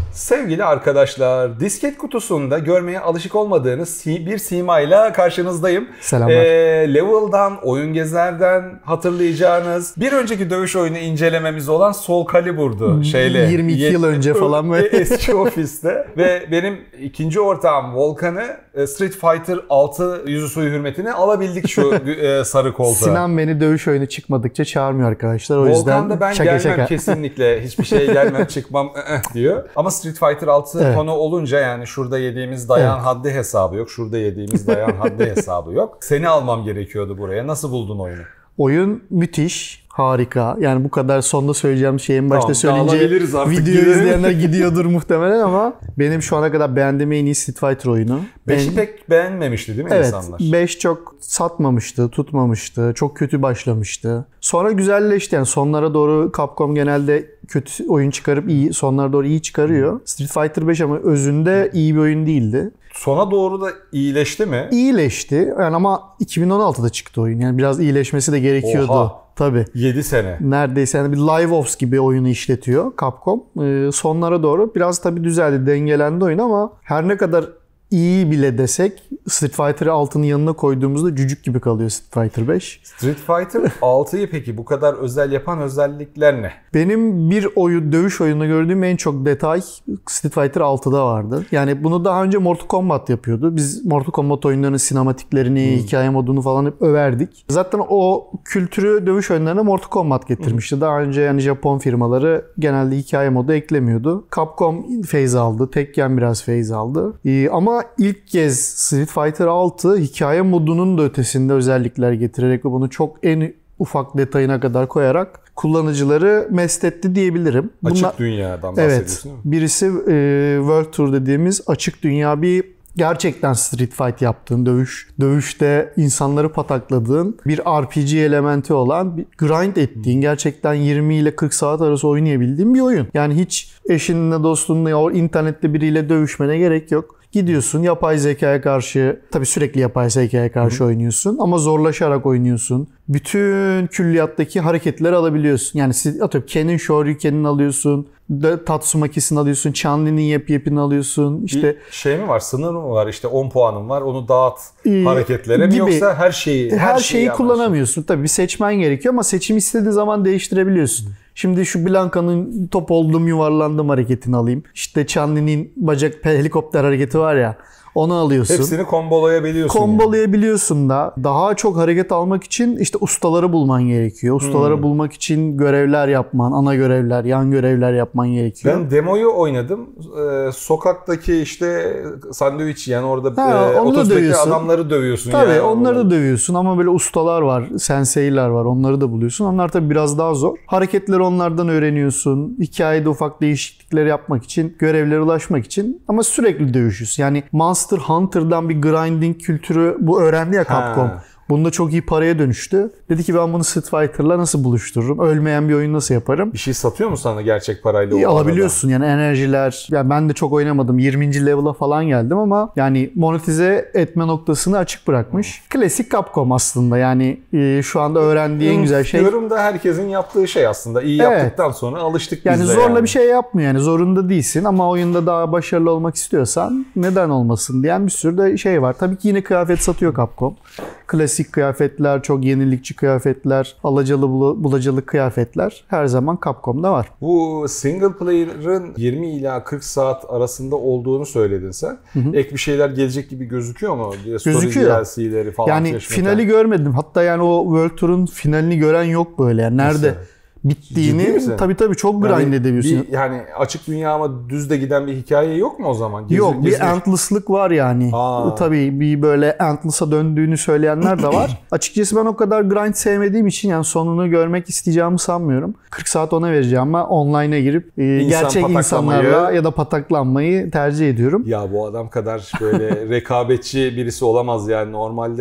Sevgili arkadaşlar, disket kutusunda görmeye alışık olmadığınız bir simayla karşınızdayım. Selamlar. Level'dan, Oyun Gezer'den hatırlayacağınız bir önceki dövüş oyunu incelememiz olan Soul Calibur'du. 22 yıl önce falan mı? Eski ofiste. Ve benim ikinci ortağım Volkan'ı Street Fighter 6 yüzü suyu hürmetine alabildik şu sarı koltuğa. Sinan beni dövüş oyunu çıkmadıkça çağırmıyor arkadaşlar. O Volkan yüzden da ben şaka gelmem şaka. kesinlikle. Hiçbir şeye gelmem çıkmam diyor. Ama Street Fighter 6 Evet. konu olunca yani şurada yediğimiz dayan haddi hesabı yok. Şurada yediğimiz dayan haddi hesabı yok. Seni almam gerekiyordu buraya. Nasıl buldun oyunu? Oyun müthiş, harika. Yani bu kadar sonda söyleyeceğim şeyi en başta söyleyince video izleyenler gidiyordur muhtemelen ama benim şu ana kadar beğendiğim en iyi Street Fighter oyunu. 5'i pek beğenmemişti değil mi insanlar? Evet, 5 çok satmamıştı, tutmamıştı, çok kötü başlamıştı. Sonra güzelleşti yani sonlara doğru Capcom genelde kötü oyun çıkarıp iyi, sonlara doğru iyi çıkarıyor. Street Fighter 5 ama özünde iyi bir oyun değildi. Sona doğru da iyileşti mi? İyileşti yani ama 2016'da çıktı oyun. Yani biraz iyileşmesi de gerekiyordu. Oha. Tabii. 7 sene. Neredeyse yani bir Live Ops gibi oyunu işletiyor Capcom. Sonlara doğru biraz tabii düzeldi, dengelendi oyun ama her ne kadar iyi bile desek Street Fighter 6'nın yanına koyduğumuzda cücük gibi kalıyor Street Fighter 5. Street Fighter 6'yı peki bu kadar özel yapan özellikler ne? Benim bir dövüş oyununda gördüğüm en çok detay Street Fighter 6'da vardı. Yani bunu daha önce Mortal Kombat yapıyordu. Biz Mortal Kombat oyunlarının sinematiklerini, hikaye modunu falan hep överdik. Zaten o kültürü dövüş oyunlarına Mortal Kombat getirmişti. Daha önce yani Japon firmaları genelde hikaye modu eklemiyordu. Capcom feyz aldı. Tekken biraz feyz aldı. Ama ilk kez Street Fighter 6 hikaye modunun da ötesinde özellikler getirerek ve bunu çok en ufak detayına kadar koyarak kullanıcıları mest etti diyebilirim. Açık dünyadan bahsediyorsun. Evet. Birisi World Tour dediğimiz açık dünya, bir gerçekten street fight yaptığın, dövüşte insanları patakladığın bir RPG elementi olan, bir grind ettiğin, gerçekten 20 ile 40 saat arası oynayabildiğin bir oyun. Yani hiç eşinle, dostunla ya internette biriyle dövüşmene gerek yok. Gidiyorsun yapay zekaya karşı, tabii sürekli yapay zekaya karşı oynuyorsun ama zorlaşarak oynuyorsun. Bütün külliyattaki hareketleri alabiliyorsun. Yani atıyorum Ken'in Shoryuken'ini alıyorsun, Tatsumaki'sini alıyorsun, Chun-Li'nin yep-yep'ini alıyorsun. İşte bir şey mi var, sınır mı var, işte 10 puanım var onu dağıt hareketlere mi, yoksa her şeyi kullanamıyorsun. Tabii bir seçmen gerekiyor ama seçim istediğin zaman değiştirebiliyorsun. Şimdi şu Blanca'nın top oldum yuvarlandım hareketini alayım. İşte Chun-Li'nin bacak helikopter hareketi var ya, onu alıyorsun. Hepsini kombolayabiliyorsun. Kombolayabiliyorsun da. Daha çok hareket almak için işte ustaları bulman gerekiyor. Ustaları bulmak için görevler yapman, ana görevler, yan görevler yapman gerekiyor. Ben demoyu oynadım. Sokaktaki işte sandviç yani orada otostoptaki adamları dövüyorsun. Tabii yani. onları da dövüyorsun ama böyle ustalar var, senseiler var. Onları da buluyorsun. Onlar tabii biraz daha zor. Hareketleri onlardan öğreniyorsun. Hikayede ufak değişiklikler yapmak için, görevlere ulaşmak için ama sürekli dövüşüyorsun. Yani Monster Hunter'dan bir grinding kültürü bu öğrendi ya Capcom. Bunda çok iyi paraya dönüştü. Dedi ki ben bunu Street Fighter'la nasıl buluştururum? Ölmeyen bir oyun nasıl yaparım? Bir şey satıyor mu sana gerçek parayla? Alabiliyorsun yani enerjiler. Yani ben de çok oynamadım. 20. level'a falan geldim ama yani monetize etme noktasını açık bırakmış. Klasik Capcom aslında. Yani şu anda öğrendiği en güzel şey. Diyorum da herkesin yaptığı şey aslında. İyi yaptıktan sonra alıştık biz de. Yani zorla bir şey yapmıyor. Yani zorunda değilsin ama oyunda daha başarılı olmak istiyorsan neden olmasın diyen bir sürü de şey var. Tabii ki yine kıyafet satıyor Capcom. Klasik kıyafetler, çok yenilikçi kıyafetler, alacalı bulacalı kıyafetler her zaman Capcom'da var. Bu single player'ın 20 ila 40 saat arasında olduğunu söyledin sen. Ek bir şeyler gelecek gibi gözüküyor mu? Gözüküyor. DLC'leri falan. Yani finali görmedim. Hatta yani o World Tour'un finalini gören yok böyle. Yani nerede? Nasıl? Bittiğini tabii çok grind edebiliyorsun. Yani açık dünya ama düzde giden bir hikaye yok mu o zaman? Yok, bir endless'lık var yani. Tabii bir böyle endless'a döndüğünü söyleyenler de var. Açıkçası ben o kadar grind sevmediğim için yani sonunu görmek isteyeceğimi sanmıyorum. 40 saat ona vereceğim ama online'a girip gerçek insanlarla ya da pataklanmayı tercih ediyorum. Ya bu adam kadar böyle rekabetçi birisi olamaz yani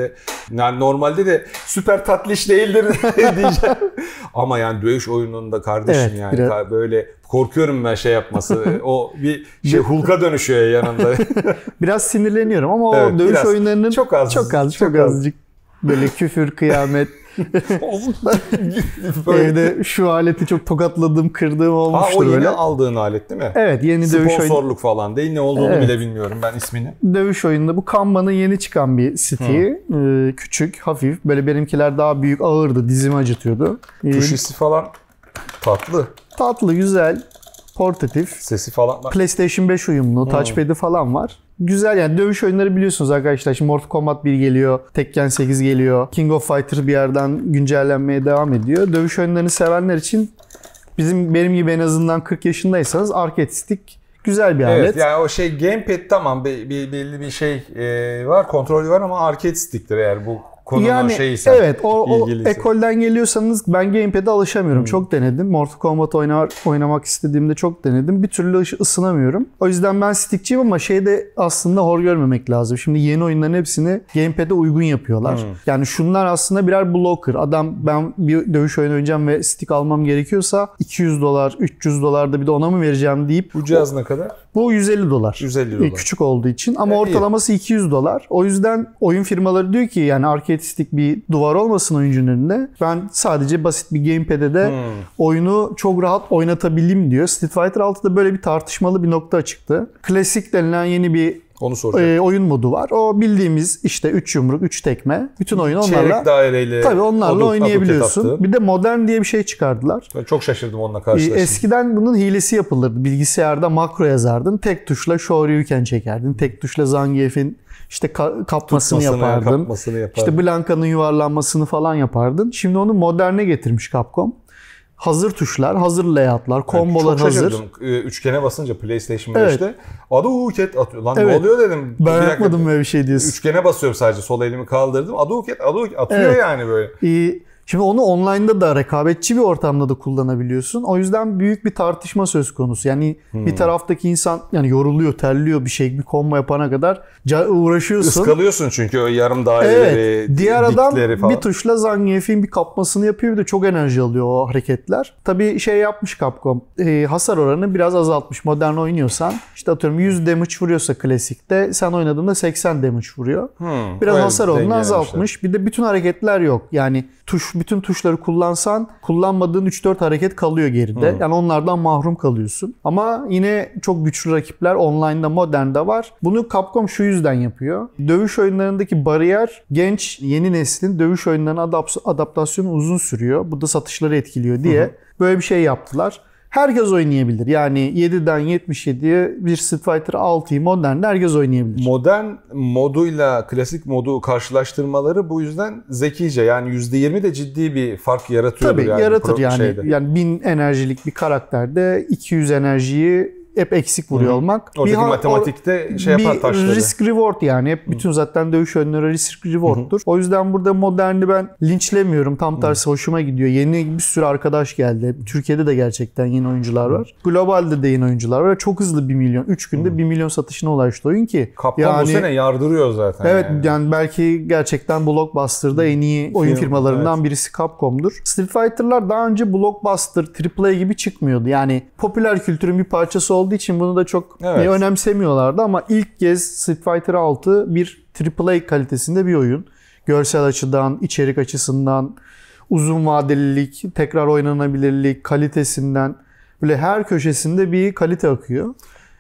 normalde de süper tatlış değildir diyeceğim. Ama yani dövüş oyununda kardeşim yani biraz böyle korkuyorum ben şey yapması. O bir şey Hulk'a dönüşüyor yanında. Biraz sinirleniyorum ama o dövüş oyunlarının çok azıcık böyle küfür, kıyamet Evde şu aleti çok tokatladığım, kırdığım olmuştur o yeni böyle. aldığın alet değil mi? Evet, yeni dövüş oyunu. Sponsorluk falan değil, ne olduğunu bile bilmiyorum ben ismini. Dövüş oyununda bu Kanban'ın yeni çıkan bir stick'i. Küçük, hafif. Böyle benimkiler daha büyük, ağırdı. Dizimi acıtıyordu. Tuş hissi falan tatlı. Tatlı, güzel. Portatif. Sesi falan. PlayStation 5 uyumlu. Touchpad'i falan var. Güzel yani, dövüş oyunları biliyorsunuz arkadaşlar. Şimdi Mortal Kombat 1 geliyor. Tekken 8 geliyor. King of Fighters bir yerden güncellenmeye devam ediyor. Dövüş oyunlarını sevenler için benim gibi en azından 40 yaşındaysanız arcade stick güzel bir alet. Evet, yani o şey gamepad tamam, belli bir şey var, kontrolü var ama arcade stick'tir eğer bu konunun yani, şeysen. Evet, o ekolden geliyorsanız ben gamepad'e alışamıyorum. Çok denedim. Mortal Kombat oynamak istediğimde çok denedim. Bir türlü ısınamıyorum. O yüzden ben stickçiyim ama şeyde aslında hor görmemek lazım. Şimdi yeni oyunların hepsini gamepad'e uygun yapıyorlar. Yani şunlar aslında birer blocker. Adam, ben bir dövüş oyunu oynayacağım ve stick almam gerekiyorsa $200, $300 bir de ona mı vereceğim deyip. Bu cihaz ne kadar? Bu $150. $150. Küçük olduğu için ama ortalaması $200. O yüzden oyun firmaları diyor ki yani arcade stick bir duvar olmasın oyuncunun önünde. Ben sadece basit bir gamepad'e de oyunu çok rahat oynatabileyim diyor. Street Fighter 6'da böyle bir tartışmalı bir nokta çıktı. Klasik denilen yeni bir oyun modu var. O bildiğimiz işte 3 yumruk, 3 tekme. Bütün oyunu onlarla. Çeyrek daireyle. Tabii onlarla oynayabiliyorsun. Bir de modern diye bir şey çıkardılar. Ben çok şaşırdım onunla karşılaştım. Eskiden bunun hilesi yapılırdı. Bilgisayarda makro yazardın. Tek tuşla Shoryuken çekerdin. Tek tuşla Zangief'in işte kapmasını yapardın. İşte Blanca'nın yuvarlanmasını falan yapardın. Şimdi onu moderne getirmiş Capcom. Hazır tuşlar, hazır layoutlar, kombolar hazır. Çok şaşırdım. Üçgene basınca PlayStation 5'te Hadouken atıyor. Lan ne oluyor dedim. Ben yapmadım böyle bir şey diyorsun. Üçgene basıyorum sadece. Sol elimi kaldırdım. Hadouken atıyor yani böyle. Şimdi onu online'da da rekabetçi bir ortamda da kullanabiliyorsun. O yüzden büyük bir tartışma söz konusu. Yani bir taraftaki insan yani yoruluyor, terliyor, bir combo yapana kadar uğraşıyorsun. Iskalıyorsun çünkü o yarım daireleri, diğer adam falan. Bir tuşla Zangief'in bir kapmasını yapıyor, bir de çok enerji alıyor o hareketler. Tabii şey yapmış Capcom. Hasar oranını biraz azaltmış. Modern oynuyorsan işte atıyorum 100 damage vuruyorsa klasikte, sen oynadığında 80 damage vuruyor. Biraz hasar oranını azaltmış. Bir de bütün hareketler yok. Yani bütün tuşları kullansan kullanmadığın 3-4 hareket kalıyor geride. Yani onlardan mahrum kalıyorsun. Ama yine çok güçlü rakipler online'da, modern'de var. Bunu Capcom şu yüzden yapıyor. Dövüş oyunlarındaki bariyer genç yeni neslin dövüş oyunlarına adaptasyonu uzun sürüyor. Bu da satışları etkiliyor diye böyle bir şey yaptılar. Herkes oynayabilir. Yani 7'den 77'ye bir Street Fighter 6'yı modernde herkes oynayabilir. Modern moduyla klasik modu karşılaştırmaları bu yüzden zekice. Yani %20 de ciddi bir fark yaratıyor. Tabii yaratır yani. Yani 1000 enerjilik bir karakterde 200 enerjiyi hep eksik vuruyor olmak. Oradaki matematikte yapar taşları. Risk reward yani. Hep bütün zaten dövüş oyunları risk reward'tur. O yüzden burada moderni ben linçlemiyorum. Tam tersi hoşuma gidiyor. Yeni bir sürü arkadaş geldi. Türkiye'de de gerçekten yeni oyuncular var. Globalde de yeni oyuncular var. Çok hızlı 1 milyon. 3 günde 1 milyon satışına ulaştı oyun ki. Capcom bu sene yardırıyor zaten. Evet yani belki gerçekten Blockbuster'da en iyi oyun firmalarından birisi Capcom'dur. Street Fighter'lar daha önce Blockbuster, AAA gibi çıkmıyordu. Yani popüler kültürün bir parçası olduğu için bunu da çok önemsemiyorlardı ama ilk kez Street Fighter 6 bir AAA kalitesinde bir oyun. Görsel açıdan, içerik açısından, uzun vadelilik, tekrar oynanabilirlik, kalitesinden böyle her köşesinde bir kalite akıyor.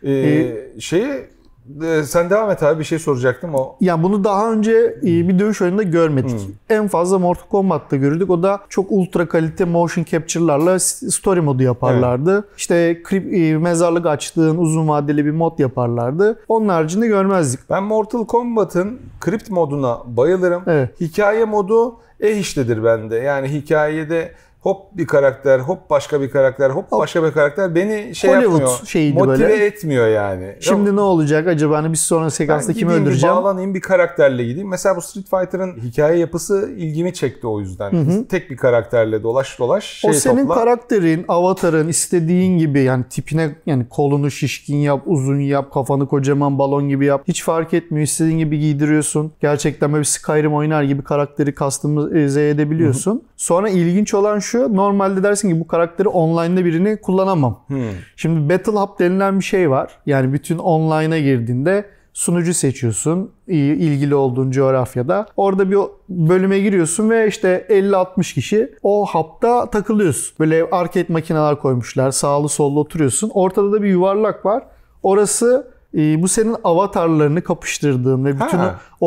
Sen devam et abi, bir şey soracaktım o. Yani bunu daha önce bir dövüş oyununda görmedik. En fazla Mortal Kombat'ta gördük. O da çok ultra kalite motion capture'larla story modu yaparlardı. İşte mezarlık açtığın uzun vadeli bir mod yaparlardı. Onun haricinde görmezdik. Ben Mortal Kombat'ın Crypt moduna bayılırım. Hikaye modu iştedir bende. Yani hikayede hop bir karakter, hop başka bir karakter, hop başka bir karakter beni yapmıyor. Motive böyle etmiyor yani. Şimdi ne olacak acaba? Hani bir sonra sekansta kimi öldüreceğim? Bağlanayım bir karakterle gideyim. Mesela bu Street Fighter'ın hikaye yapısı ilgimi çekti o yüzden. Tek bir karakterle dolaş o senin karakterin, avatarın istediğin gibi yani tipine, yani kolunu şişkin yap, uzun yap, kafanı kocaman balon gibi yap. Hiç fark etmiyor. İstediğin gibi giydiriyorsun. Gerçekten böyle bir Skyrim oynar gibi karakteri customize edebiliyorsun. Sonra ilginç olan şu, normalde dersin ki bu karakteri online'da birini kullanamam. Şimdi Battle Hub denilen bir şey var. Yani bütün online'a girdiğinde sunucu seçiyorsun ilgili olduğun coğrafyada. Orada bir bölüme giriyorsun ve işte 50-60 kişi o hub'da takılıyorsun. Böyle arcade makineler koymuşlar. Sağlı sollu oturuyorsun. Ortada da bir yuvarlak var. Orası bu senin avatarlarını kapıştırdığın ve bütün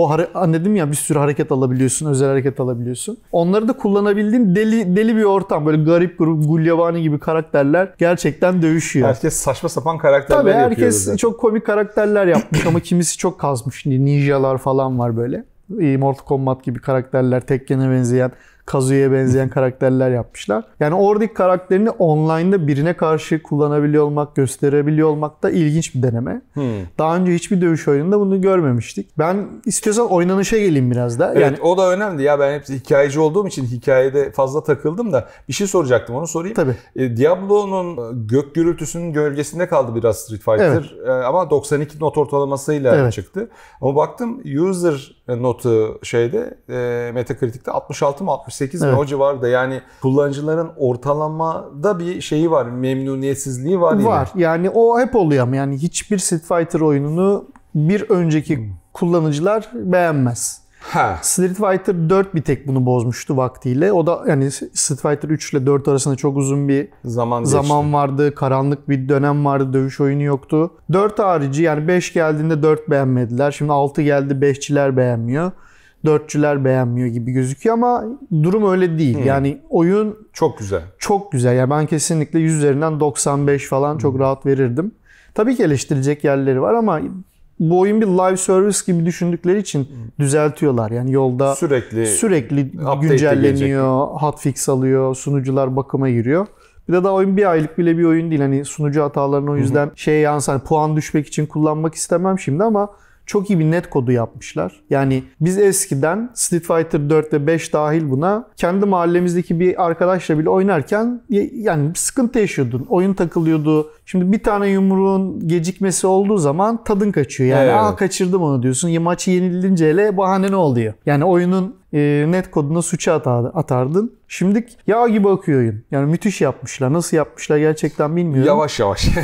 dedim ya bir sürü hareket alabiliyorsun, özel hareket alabiliyorsun. Onları da kullanabildiğin deli bir ortam. Böyle garip gulyabani gibi karakterler gerçekten dövüşüyor. Herkes saçma sapan karakterler yapıyor. Tabii herkes çok komik karakterler yapmış ama kimisi çok kazmış. Ninjalar falan var böyle. Mortal Kombat gibi karakterler, Tekken'e benzeyen, Kazuya benzeyen karakterler yapmışlar. Yani oradaki karakterini online'da birine karşı kullanabiliyor olmak, gösterebiliyor olmak da ilginç bir deneme. Daha önce hiçbir dövüş oyununda bunu görmemiştik. Ben istiyorsan oynanışa geleyim biraz da. Evet, yani o da önemli ya. Ben hepsi hikayeci olduğum için hikayede fazla takıldım da bir şey soracaktım, onu sorayım. Tabii. Diablo'nun gök gürültüsünün gölgesinde kaldı biraz Street Fighter. Evet. Ama 92 not ortalamasıyla çıktı. Ama baktım user notu Metacritic'te 66 mı 68 mi o civarda. Yani kullanıcıların ortalamada bir şeyi var, memnuniyetsizliği var yine. Var. Yani o hep oluyor ama yani hiçbir Street Fighter oyununu bir önceki kullanıcılar beğenmez. Street Fighter 4 bir tek bunu bozmuştu vaktiyle. O da yani Street Fighter 3 ile 4 arasında çok uzun bir zaman vardı. Karanlık bir dönem vardı. Dövüş oyunu yoktu. 4 harici yani 5 geldiğinde 4 beğenmediler. Şimdi 6 geldi 5'çiler beğenmiyor. 4'çüler beğenmiyor gibi gözüküyor ama durum öyle değil. Yani oyun çok güzel. Çok güzel. Yani ben kesinlikle 100 üzerinden 95 falan çok rahat verirdim. Tabii ki eleştirecek yerleri var ama bu oyun bir live service gibi düşündükleri için düzeltiyorlar. Yani yolda sürekli güncelleniyor, hotfix alıyor, sunucular bakıma giriyor. Bir de daha oyun bir aylık bile bir oyun değil. Hani sunucu hatalarını o yüzden puan düşmek için kullanmak istemem şimdi ama çok iyi bir net kodu yapmışlar. Yani biz eskiden Street Fighter 4 ve 5 dahil buna kendi mahallemizdeki bir arkadaşla bile oynarken yani bir sıkıntı yaşıyordun. Oyun takılıyordu. Şimdi bir tane yumruğun gecikmesi olduğu zaman tadın kaçıyor. Yani kaçırdım onu diyorsun. Maçı yenilince hele bahane ne oluyor? Yani oyunun net koduna suça atardın. Şimdi yağ gibi akıyor oyun. Yani müthiş yapmışlar. Nasıl yapmışlar gerçekten bilmiyorum. Yavaş.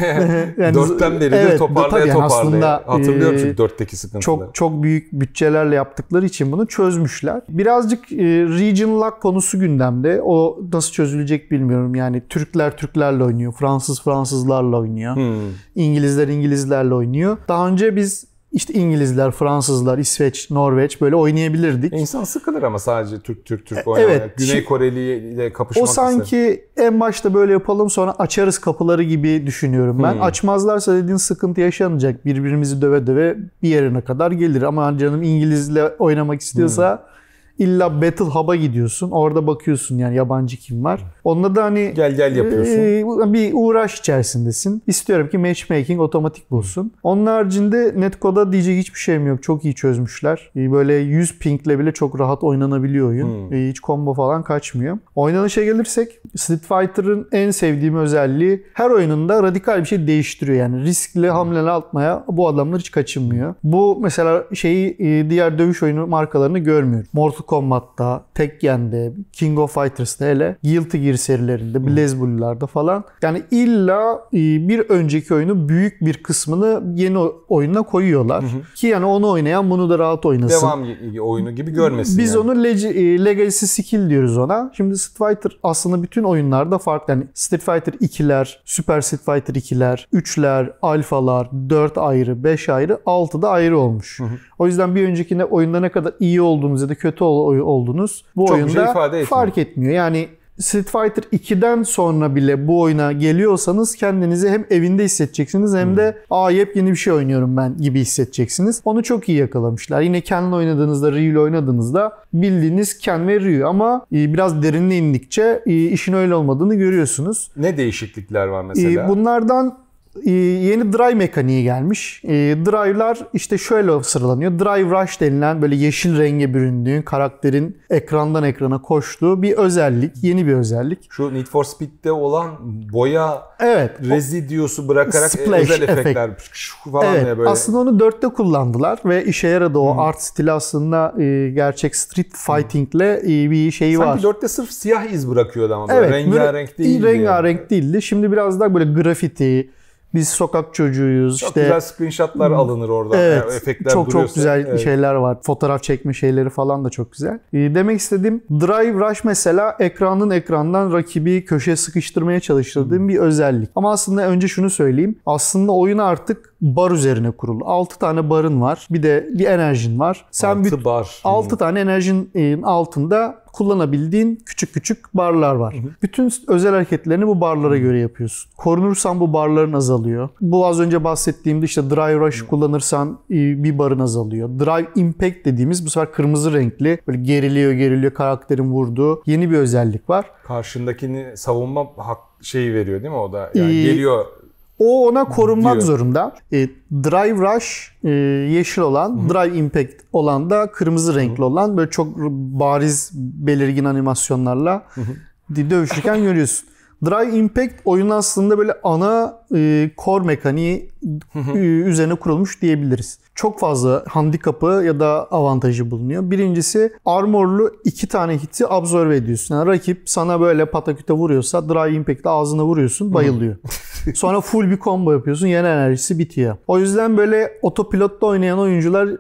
Yani 4'ten beridir toparlaya. Hatırlıyorum çünkü 4'teki sıkıntıları. Çok büyük bütçelerle yaptıkları için bunu çözmüşler. Birazcık region lock konusu gündemde. O nasıl çözülecek bilmiyorum. Yani Türkler Türklerle oynuyor. Fransızlarla oynuyor. İngilizler İngilizlerle oynuyor. Daha önce biz İşte İngilizler, Fransızlar, İsveç, Norveç böyle oynayabilirdik. İnsan sıkılır ama sadece Türk oynamak. Evet. Güney Koreli ile kapışmak. O sanki en başta böyle yapalım sonra açarız kapıları gibi düşünüyorum ben. Açmazlarsa dediğin sıkıntı yaşanacak. Birbirimizi döve döve bir yerine kadar gelir. Ama canım İngilizle oynamak istiyorsa İlla Battle Hub'a gidiyorsun. Orada bakıyorsun yani yabancı kim var. Onunla da hani gel yapıyorsun. Bir uğraş içerisindesin. İstiyorum ki matchmaking otomatik bulsun. Onun haricinde netcode'a diyecek hiçbir şeyim yok. Çok iyi çözmüşler. Böyle 100 pingle bile çok rahat oynanabiliyor oyun. Hiç combo falan kaçmıyor. Oynanışa gelirsek Street Fighter'ın en sevdiğim özelliği her oyununda radikal bir şey değiştiriyor. Yani riskli hamleler atmaya bu adamlar hiç kaçınmıyor. Bu mesela diğer dövüş oyunu markalarını görmüyorum. Mortal Kombat'ta, Tekken'de, King of Fighters'ta hele Guilty Gear serilerinde, BlazBlue'larda falan. Yani illa bir önceki oyunu büyük bir kısmını yeni oyuna koyuyorlar. Ki yani onu oynayan bunu da rahat oynasın. Devam oyunu gibi görmesin. Biz yani. onu Legacy Skill diyoruz ona. Şimdi Street Fighter aslında bütün oyunlarda farklı. Yani Street Fighter 2'ler, Super Street Fighter 2'ler, 3'ler, Alphalar, 4 ayrı, 5 ayrı, 6 da ayrı olmuş. O yüzden bir öncekinde oyunda ne kadar iyi olduğunuz ya da kötü olduğunuz bu çok oyunda fark etmiyor. Yani Street Fighter 2'den sonra bile bu oyuna geliyorsanız kendinizi hem evinde hissedeceksiniz hem de yepyeni bir şey oynuyorum ben gibi hissedeceksiniz. Onu çok iyi yakalamışlar. Yine Ken'le oynadığınızda, Ryu'yle oynadığınızda bildiğiniz Ken ve Ryu ama biraz derinine indikçe işin öyle olmadığını görüyorsunuz. Ne değişiklikler var mesela? Bunlardan yeni drive mekaniği gelmiş. Drive'lar işte şöyle sıralanıyor. Drive Rush denilen böyle yeşil renge büründüğün karakterin ekrandan ekrana koştuğu bir özellik. Yeni bir özellik. Şu Need for Speed'de olan boya rezidyusu bırakarak özel efektler falan diye böyle. Aslında onu 4'te kullandılar ve işe yaradı. O art stili aslında gerçek street fighting'le bir şeyi var. Sanki 4'te sırf siyah iz bırakıyordu ama böyle rengarenk değildi. Rengarenk değildi. Şimdi biraz daha böyle grafiti, Biz sokak çocuğuyuz. Çok işte güzel screenshotlar alınır oradan. Evet. Yani efektler çok güzel şeyler var. Fotoğraf çekme şeyleri falan da çok güzel. Demek istediğim Drive Rush mesela ekrandan rakibi köşeye sıkıştırmaya çalıştırdığım bir özellik. Ama aslında önce şunu söyleyeyim. Aslında oyun artık bar üzerine kurulu. 6 tane barın var. Bir de bir enerjin var. Sen 6 bar. 6 tane enerjinin altında kullanabildiğin küçük küçük barlar var. Bütün özel hareketlerini bu barlara göre yapıyorsun. Korunursan bu barların azalıyor. Bu az önce bahsettiğimde işte Drive Rush kullanırsan bir barın azalıyor. Drive Impact dediğimiz bu sefer kırmızı renkli böyle geriliyor karakterin vurduğu yeni bir özellik var. Karşındakini savunma şeyi veriyor değil mi o da? Yani geliyor. O ona korunmak diyor. zorunda. Drive Rush yeşil olan, Drive Impact olan da kırmızı renkli olan böyle çok bariz belirgin animasyonlarla dövüşürken görüyorsun. Drive Impact oyunun aslında böyle ana core mekaniği üzerine kurulmuş diyebiliriz. Çok fazla handikapı ya da avantajı bulunuyor. Birincisi armorlu 2 tane hiti absorbe ediyorsun. Yani rakip sana böyle pataküte vuruyorsa Drive Impact'le ağzına vuruyorsun, bayılıyor. Sonra full bir combo yapıyorsun, yeni enerjisi bitiyor. O yüzden böyle otopilotta oynayan oyuncular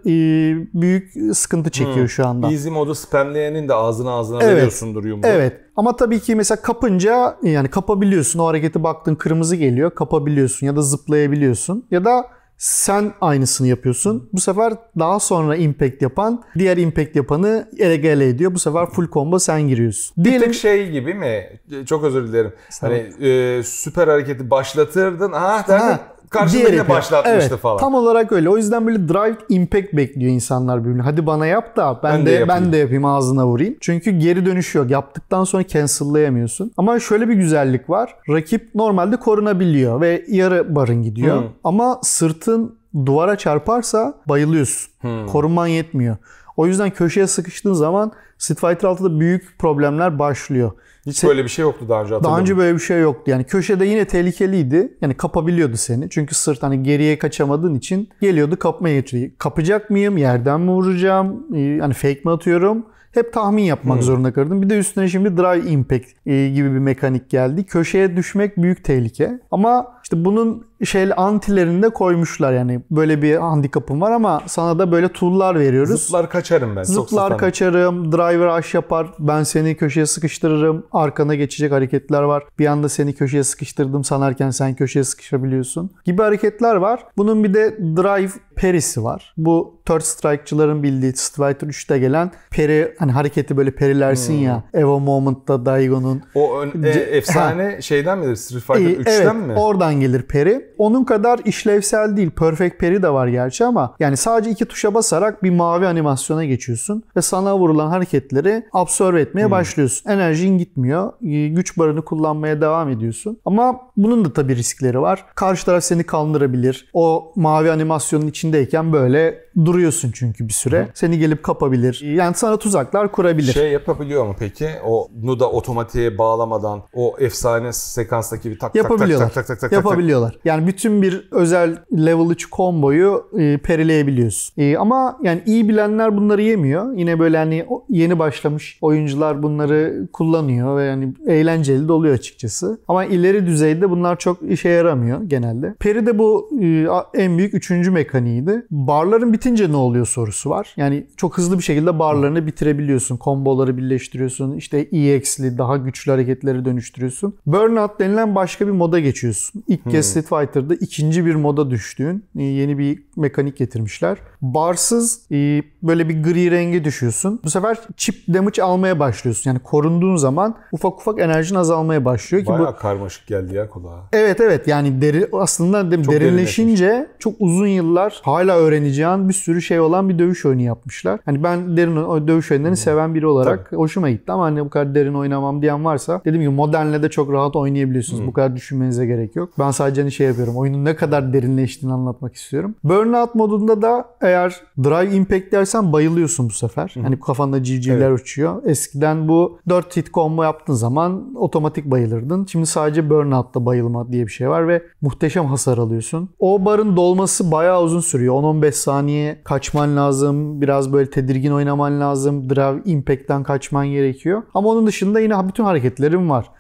büyük sıkıntı çekiyor şu anda. Easy modu spamleyenin de ağzına veriyorsundur yumruğu. Evet. Ama tabii ki mesela kapınca yani kapabiliyorsun. O hareketi baktın kırmızı geliyor, kapabiliyorsun ya da zıplayabiliyorsun. Ya da sen aynısını yapıyorsun. Bu sefer daha sonra impact yapan diğer impact yapanı ele ediyor. Bu sefer full combo sen giriyorsun. Bir tık şey gibi mi? Çok özür dilerim. Hani süper hareketi başlatırdın. Karşındakine başlatmıştı falan. Tam olarak öyle. O yüzden böyle drive impact bekliyor insanlar birbirine. Hadi bana yap da ben de yapayım ağzına vurayım. Çünkü geri dönüşü yok. Yaptıktan sonra cancel'layamıyorsun. Ama şöyle bir güzellik var. Rakip normalde korunabiliyor ve yarı barın gidiyor. Ama sırtın duvara çarparsa bayılıyorsun. Korunman yetmiyor. O yüzden köşeye sıkıştığın zaman Street Fighter 6'da büyük problemler başlıyor. Hiç böyle bir şey yoktu daha önce, hatırlamıyorum. Daha önce böyle bir şey yoktu. Yani köşede yine tehlikeliydi. Yani kapabiliyordu seni. Çünkü sırt hani geriye kaçamadığın için geliyordu kapmaya getiriyor. Kapacak mıyım? Yerden mi vuracağım? Hani fake mi atıyorum? Hep tahmin yapmak zorunda kaldım. Bir de üstüne şimdi Drive Impact gibi bir mekanik geldi. Köşeye düşmek büyük tehlike. Ama işte bunun antilerini de koymuşlar yani. Böyle bir handikapım var ama sana da böyle tool'lar veriyoruz. Zıplar kaçarım ben. Zıplar kaçarım. Driver rush yapar. Ben seni köşeye sıkıştırırım. Arkana geçecek hareketler var. Bir anda seni köşeye sıkıştırdım sanarken sen köşeye sıkışabiliyorsun. Gibi hareketler var. Bunun bir de drive parry'si var. Bu Third Strike'çıların bildiği Street Fighter 3'te gelen parry, hani hareketi böyle parry'lersin ya. Evo Moment'ta Daigo'nun. O efsane şeyden midir? Street Fighter 3'ten mi? Evet, oradan gelir parry. Onun kadar işlevsel değil. Perfect parry de var gerçi ama yani sadece 2 tuşa basarak bir mavi animasyona geçiyorsun ve sana vurulan hareketleri absorbe etmeye başlıyorsun. Enerjin gitmiyor. Güç barını kullanmaya devam ediyorsun. Ama bunun da tabii riskleri var. Karşı taraf seni kandırabilir. O mavi animasyonun içindeyken böyle duruyorsun çünkü bir süre. Seni gelip kapabilir. Yani sana tuzaklar kurabilir. Şey yapabiliyor mu peki? Onu da otomatiğe bağlamadan o efsane sekanstaki bir tak yapabiliyorlar. Yani bütün bir özel level 3 komboyu perileyebiliyorsun. Ama yani iyi bilenler bunları yemiyor. Yine böyle hani yeni başlamış oyuncular bunları kullanıyor ve yani eğlenceli de oluyor açıkçası. Ama ileri düzeyde bunlar çok işe yaramıyor genelde. Peri de bu en büyük 3. mekaniğiydi. Barların bitince ne oluyor sorusu var. Yani çok hızlı bir şekilde barlarını bitirebiliyorsun. Komboları birleştiriyorsun. İşte EX'li daha güçlü hareketleri dönüştürüyorsun. Burnout denilen başka bir moda geçiyorsun. İlk kez Street Fighter'da ikinci bir moda düştüğün yeni bir mekanik getirmişler. Barsız böyle bir gri renge düşüyorsun. Bu sefer chip damage almaya başlıyorsun. Yani korunduğun zaman ufak enerjin azalmaya başlıyor. Bayağı karmaşık geldi ya kulağa. Evet yani aslında derinleşince çok uzun yıllar hala öğreneceğin bir sürü şey olan bir dövüş oyunu yapmışlar. Hani ben derin dövüş oyunlarını seven biri olarak hoşuma gitti ama hani bu kadar derin oynamam diyen varsa dediğim gibi modernle de çok rahat oynayabiliyorsunuz. Bu kadar düşünmenize gerek yok. Ben sadece hani yapıyorum. Oyunun ne kadar derinleştiğini anlatmak istiyorum. Burnout modunda da eğer Drive Impact dersen bayılıyorsun bu sefer. Hani kafanda civcivler uçuyor. Eskiden bu 4 hit combo yaptığın zaman otomatik bayılırdın. Şimdi sadece Burnout'ta bayılma diye bir şey var ve muhteşem hasar alıyorsun. O barın dolması bayağı uzun sürüyor. 10-15 saniye kaçman lazım. Biraz böyle tedirgin oynaman lazım. Drive Impact'ten kaçman gerekiyor. Ama onun dışında yine bütün hareketlerim var.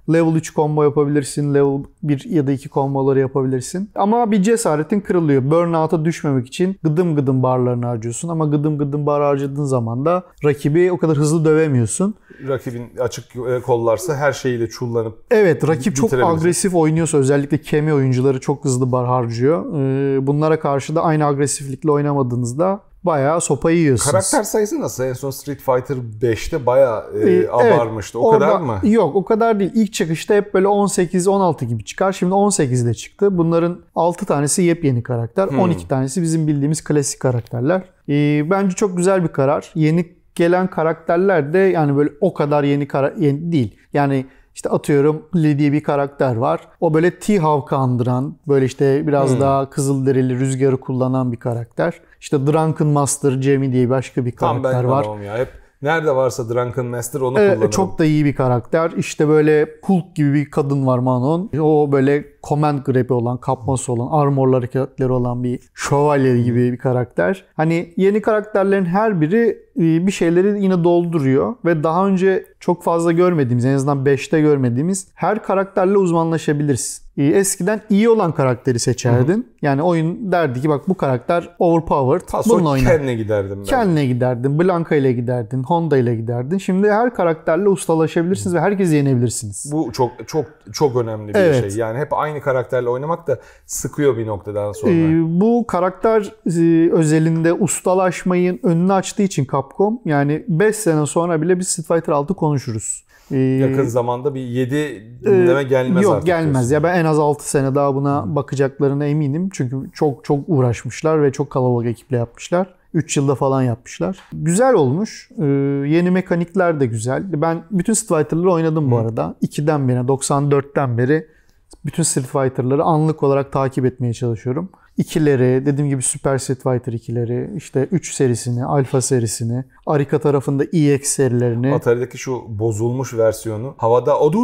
Level 3 combo yapabilirsin. Level 1 ya da 2 komboları yapabilirsin. Ama bir cesaretin kırılıyor. Burnout'a düşmemek için gıdım gıdım barlarını harcıyorsun. Ama gıdım gıdım bar harcadığın zaman da rakibi o kadar hızlı dövemiyorsun. Rakibin açık kollarsa her şeyiyle çullanıp evet, rakip çok agresif oynuyorsa, özellikle kemi oyuncuları çok hızlı bar harcıyor. Bunlara karşı da aynı agresiflikle oynamadığınızda bayağı sopayı yiyorsunuz. Karakter sayısı nasıl? En son Street Fighter 5'te bayağı abarmıştı. O kadar mı? Yok, o kadar değil. İlk çıkışta hep böyle 18-16 gibi çıkar. Şimdi 18'de çıktı. Bunların 6 tanesi yepyeni karakter. 12 tanesi bizim bildiğimiz klasik karakterler. Bence çok güzel bir karar. Yeni gelen karakterler de yani böyle o kadar yeni değil. Yani İşte atıyorum Lee diye bir karakter var. O böyle T-Hawk'ı andıran, böyle işte biraz daha kızılderili, rüzgarı kullanan bir karakter. İşte Drunken Master Jamie diye başka bir karakter var. Tam ben ya. Hep nerede varsa Drunken Master onu kullanırım. Çok da iyi bir karakter. İşte böyle Hulk gibi bir kadın var Manon. O böyle command grab'i olan, kapması olan, armor hareketleri olan bir şövalye gibi bir karakter. Hani yeni karakterlerin her biri bir şeyleri yine dolduruyor ve daha önce çok fazla görmediğimiz, en azından 5'te görmediğimiz her karakterle uzmanlaşabilirsin. Eskiden iyi olan karakteri seçerdin. Yani oyun derdi ki bak bu karakter overpowered. Bununla oyna. Kendine giderdim ben. Kendine giderdin. Blanka ile giderdin. Honda ile giderdin. Şimdi her karakterle ustalaşabilirsiniz ve herkesi yenebilirsiniz. Bu çok çok çok önemli bir şey. Yani hep aynı karakterle oynamak da sıkıyor bir noktadan sonra. Bu karakter özelinde ustalaşmayın önünü açtığı için Capcom, yani 5 sene sonra bile biz Street Fighter 6 konuşuruz. Yakın zamanda bir 7 gündeme gelmez yok, artık. Yok, gelmez. Diyorsun. Ya ben en az 6 sene daha buna bakacaklarına eminim. Çünkü çok çok uğraşmışlar ve çok kalabalık ekiple yapmışlar. 3 yılda falan yapmışlar. Güzel olmuş. Yeni mekanikler de güzel. Ben bütün Street Fighter'ları oynadım bu arada. 2'den beri, 94'ten beri bütün Street Fighter'ları anlık olarak takip etmeye çalışıyorum. 2'leri, dediğim gibi Super Street Fighter 2'leri, işte 3 serisini, Alpha serisini, Arika tarafında EX serilerini. Atari'deki şu bozulmuş versiyonu. Havada o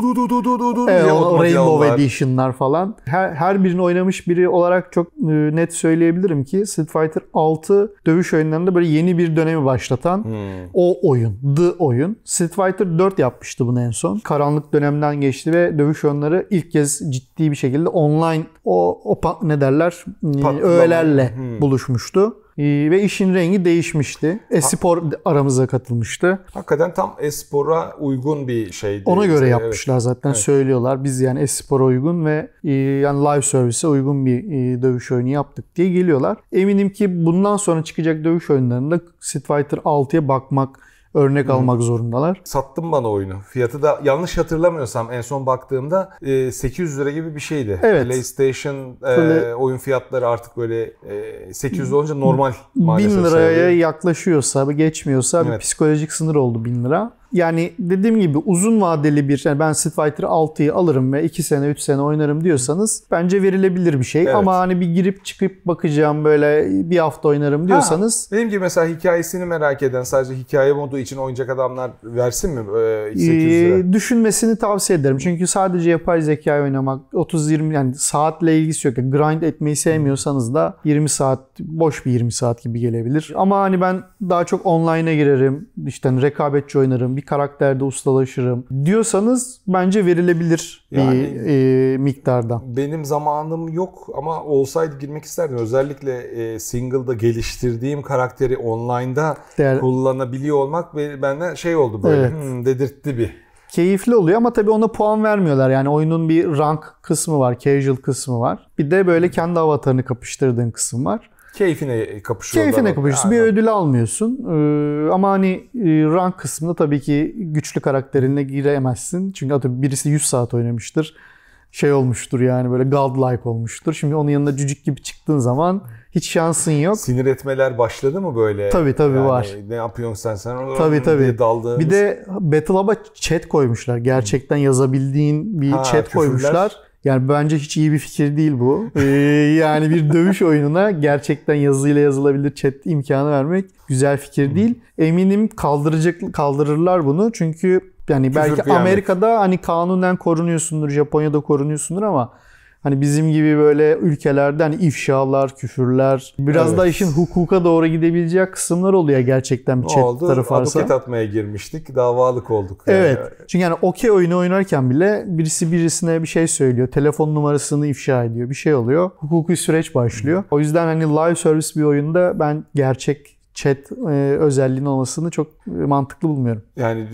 Rainbow Edition'lar falan. Her birini oynamış biri olarak çok net söyleyebilirim ki Street Fighter 6 dövüş oyunlarında böyle yeni bir dönemi başlatan o oyun, The oyun. Street Fighter 4 yapmıştı bunu en son. Karanlık dönemden geçti ve dövüş oyunları ilk kez ciddi bir şekilde online ne derler? Öğelerle buluşmuştu. Ve işin rengi değişmişti. Espor aramıza katılmıştı. Hakikaten tam espora uygun bir şeydi. Ona göre yapmışlar zaten, söylüyorlar. Biz yani espora uygun ve yani live service'e uygun bir dövüş oyunu yaptık diye geliyorlar. Eminim ki bundan sonra çıkacak dövüş oyunlarında Street Fighter 6'ya bakmak, örnek almak zorundalar. Sattın bana oyunu. Fiyatı da yanlış hatırlamıyorsam en son baktığımda 800 lira gibi bir şeydi. Evet. PlayStation oyun fiyatları artık böyle 800 olunca normal maalesef. 1000 liraya yaklaşıyorsa, geçmiyorsa bir psikolojik sınır oldu 1000 lira. Yani dediğim gibi uzun vadeli bir, yani ben Street Fighter 6'yı alırım ve 2 sene 3 sene oynarım diyorsanız bence verilebilir bir şey. Evet. Ama hani bir girip çıkıp bakacağım, böyle bir hafta oynarım diyorsanız. Benim gibi mesela hikayesini merak eden, sadece hikaye modu için oynayacak adamlar versin mi 800 lira? Düşünmesini tavsiye ederim. Çünkü sadece yapay zeka oynamak 30-20 yani saatle ilgisi yok. Grind etmeyi sevmiyorsanız da 20 saat boş bir 20 saat gibi gelebilir. Ama hani ben daha çok online'a girerim. İşte rekabetçi oynarım. Bir karakterde ustalaşırım diyorsanız bence verilebilir bir miktarda. Benim zamanım yok ama olsaydı girmek isterdim. Özellikle single'da geliştirdiğim karakteri online'da kullanabiliyor olmak benden şey oldu böyle. Dedirtti bir. Keyifli oluyor ama tabii ona puan vermiyorlar. Yani oyunun bir rank kısmı var, casual kısmı var. Bir de böyle kendi avatarını kapıştırdığın kısım var. Keyfine kapışıyorlar. Keyfine kapışıyorsun. Bir ödül almıyorsun. Ama hani rank kısmında tabii ki güçlü karakterinle giremezsin. Çünkü atıyorum birisi 100 saat oynamıştır. Şey olmuştur yani, böyle godlike olmuştur. Şimdi onun yanında cücük gibi çıktığın zaman hiç şansın yok. Sinir etmeler başladı mı böyle? Tabii yani var. Ne yapıyorsun sen? Tabii. Diye daldığımız. Bir de Battle Hub'a chat koymuşlar. Gerçekten yazabildiğin bir chat koymuşlar. Yani bence hiç iyi bir fikir değil bu. Yani bir dövüş oyununa gerçekten yazıyla yazılabilir chat imkanı vermek güzel fikir değil. Eminim kaldırırlar bunu. Çünkü yani belki Amerika'da hani kanunen korunuyorsundur, Japonya'da korunuyorsundur ama Hani bizim gibi böyle ülkelerde hani ifşalar, küfürler, biraz da işin hukuka doğru gidebileceği kısımlar oluyor gerçekten bir chat tarafı varsa. Aduket atmaya girmiştik, davalık olduk. Evet. Çünkü yani okey oyunu oynarken bile birisi birisine bir şey söylüyor, telefon numarasını ifşa ediyor, bir şey oluyor. Hukuki süreç başlıyor. O yüzden hani live service bir oyunda ben gerçek chat özelliğinin olmasını çok mantıklı bulmuyorum. Yani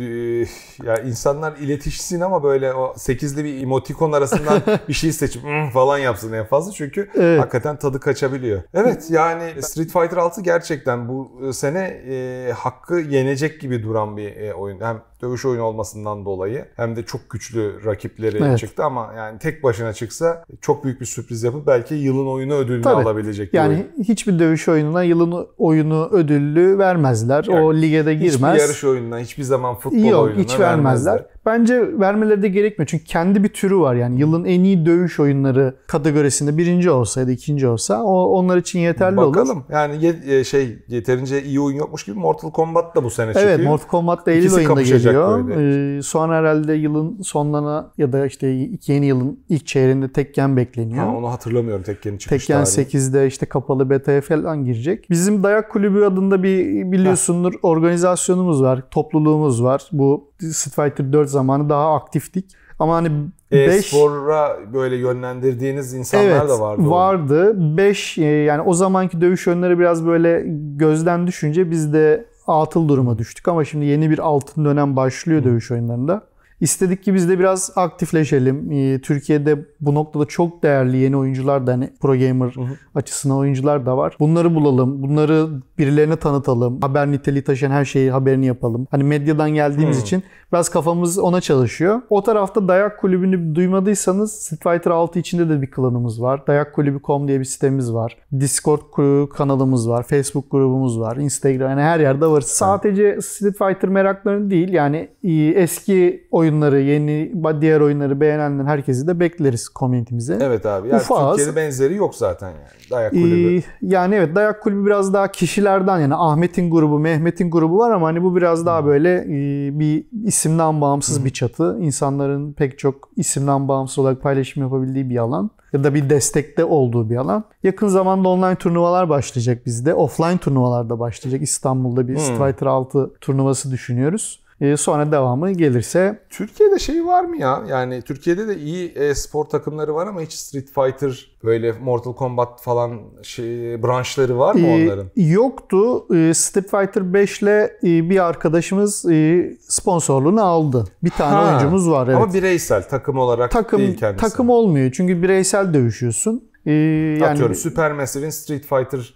ya insanlar iletişsin ama böyle o 8'li bir emotikon arasından bir şey seçip falan yapsın en fazla. Çünkü hakikaten tadı kaçabiliyor. Evet yani Street Fighter 6 gerçekten bu sene hakkı yenecek gibi duran bir oyun. Hem dövüş oyunu olmasından dolayı hem de çok güçlü rakipleri çıktı ama yani tek başına çıksa çok büyük bir sürpriz yapıp belki yılın oyunu ödülünü alabilecek bir oyun. Yani hiçbir dövüş oyununa yılın oyunu ödüllü vermezler. Yani o lige de girmez. Hiçbir yarış oyununa, hiçbir zaman futbol oyununa hiç vermezler. Bence vermeleri de gerekmiyor. Çünkü kendi bir türü var yani. Yılın en iyi dövüş oyunları kategorisinde birinci olsa ya da ikinci olsa onlar için yeterli olur. Bakalım. Yani yeterince iyi oyun yokmuş gibi Mortal Kombat da bu sene çıkıyor. Evet, Mortal Kombat da Eylül ayında geliyor. Sonra herhalde yılın sonlarına ya da işte yeni yılın ilk çeyreğinde Tekken bekleniyor. Onu hatırlamıyorum Tekken'in çıkış Tekken 8'de işte kapalı beta'ya falan girecek. Bizim Dayak Kulübü adında bir biliyorsundur organizasyonumuz var, topluluğumuz var. Bu Street Fighter 4 zamanı daha aktiftik. Ama hani spora böyle yönlendirdiğiniz insanlar da vardı. Vardı. 5 yani o zamanki dövüş oyunları biraz böyle gözden düşünce biz de atıl duruma düştük ama şimdi yeni bir altın dönem başlıyor dövüş oyunlarında. İstedik ki biz de biraz aktifleşelim. Türkiye'de bu noktada çok değerli yeni oyuncular da hani pro gamer açısından oyuncular da var. Bunları bulalım. Bunları birilerine tanıtalım. Haber niteliği taşıyan her şeyi haberini yapalım. Hani medyadan geldiğimiz için biraz kafamız ona çalışıyor. O tarafta Dayak Kulübü'nü duymadıysanız Street Fighter 6 içinde de bir klanımız var. Dayakkulübü.com diye bir sitemiz var. Discord kanalımız var. Facebook grubumuz var. Instagram yani her yerde var. Sadece Street Fighter meraklarını değil yani eski oyunları, yeni diğer oyunları beğenenler herkesi de bekleriz community'mize. Evet abi. Yani Türkiye'de benzeri yok zaten yani. Dayak Kulübü. Yani evet Dayak Kulübü biraz daha kişilerden yani Ahmet'in grubu, Mehmet'in grubu var ama hani bu biraz daha böyle bir isimden bağımsız bir çatı. İnsanların pek çok isimden bağımsız olarak paylaşım yapabildiği bir alan. Ya da bir destekte olduğu bir alan. Yakın zamanda online turnuvalar başlayacak bizde. Offline turnuvalar da başlayacak. İstanbul'da bir Street Fighter 6 turnuvası düşünüyoruz. Sonra devamı gelirse. Türkiye'de var mı ya? Yani Türkiye'de de iyi spor takımları var ama hiç Street Fighter böyle Mortal Kombat falan branşları var mı onların? Yoktu. Street Fighter 5 ile bir arkadaşımız sponsorluğunu aldı. Bir tane oyuncumuz var. Evet. Ama bireysel takım olarak değil kendisi. Takım olmuyor. Çünkü bireysel dövüşüyorsun. Yani atıyorum Supermassive'in Street Fighter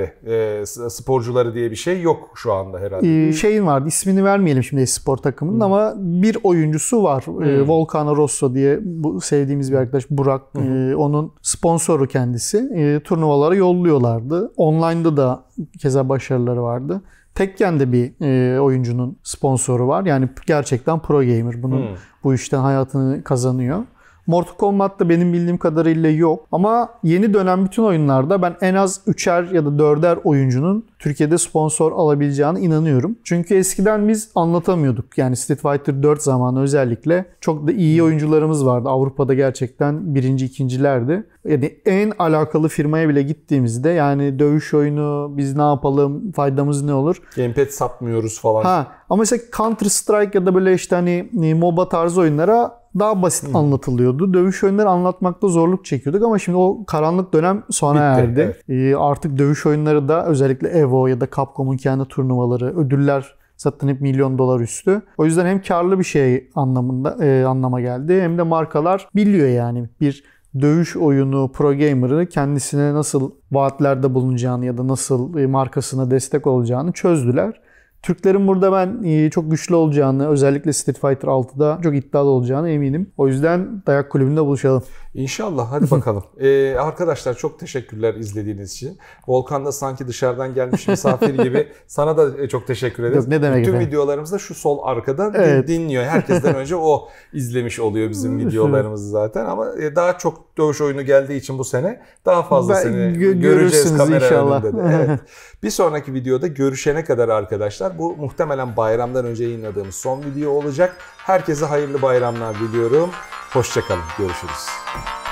sporcuları diye bir şey yok şu anda herhalde. Şeyin vardı, ismini vermeyelim şimdi spor takımının ama bir oyuncusu var. Volcano Rosso diye bu sevdiğimiz bir arkadaş Burak. Onun sponsoru kendisi. Turnuvalara yolluyorlardı. Online'da da keza başarıları vardı. Tekken'de bir oyuncunun sponsoru var. Yani gerçekten pro gamer. Bu işten hayatını kazanıyor. Mortal Kombat'ta benim bildiğim kadarıyla yok. Ama yeni dönem bütün oyunlarda ben en az 3'er ya da 4'er oyuncunun Türkiye'de sponsor alabileceğine inanıyorum. Çünkü eskiden biz anlatamıyorduk. Yani Street Fighter 4 zamanı özellikle çok da iyi oyuncularımız vardı. Avrupa'da gerçekten birinci, ikincilerdi. Yani en alakalı firmaya bile gittiğimizde yani dövüş oyunu biz ne yapalım, faydamız ne olur? Gamepad satmıyoruz falan. Ama mesela Counter Strike ya da böyle işte hani MOBA tarzı oyunlara daha basit anlatılıyordu. Dövüş oyunları anlatmakta zorluk çekiyorduk ama şimdi o karanlık dönem sona erdi. Evet. Artık dövüş oyunları da özellikle Evo ya da Capcom'un kendi turnuvaları, ödüller zaten hep $1.000.000 üstü. O yüzden hem karlı bir şey anlama geldi hem de markalar biliyor yani bir dövüş oyunu pro gamer'ı kendisine nasıl vaatlerde bulunacağını ya da nasıl markasına destek olacağını çözdüler. Türklerin burada ben çok güçlü olacağını, özellikle Street Fighter 6'da çok iddialı olacağını eminim. O yüzden Dayak Kulübü'nde buluşalım. İnşallah. Hadi bakalım. Arkadaşlar çok teşekkürler izlediğiniz için. Volkan da sanki dışarıdan gelmiş misafir gibi. Sana da çok teşekkür ederiz. Yok, ne demek Bütün efendim? videolarımızda şu sol arkadan dinliyor. Herkesten önce o izlemiş oluyor bizim videolarımızı zaten. Ama daha çok dövüş oyunu geldiği için bu sene daha fazla seni göreceğiz kamera inşallah. önünde de. Evet. Bir sonraki videoda görüşene kadar arkadaşlar bu muhtemelen bayramdan önce yayınladığımız son video olacak. Herkese hayırlı bayramlar diliyorum. Hoşça kalın. Görüşürüz.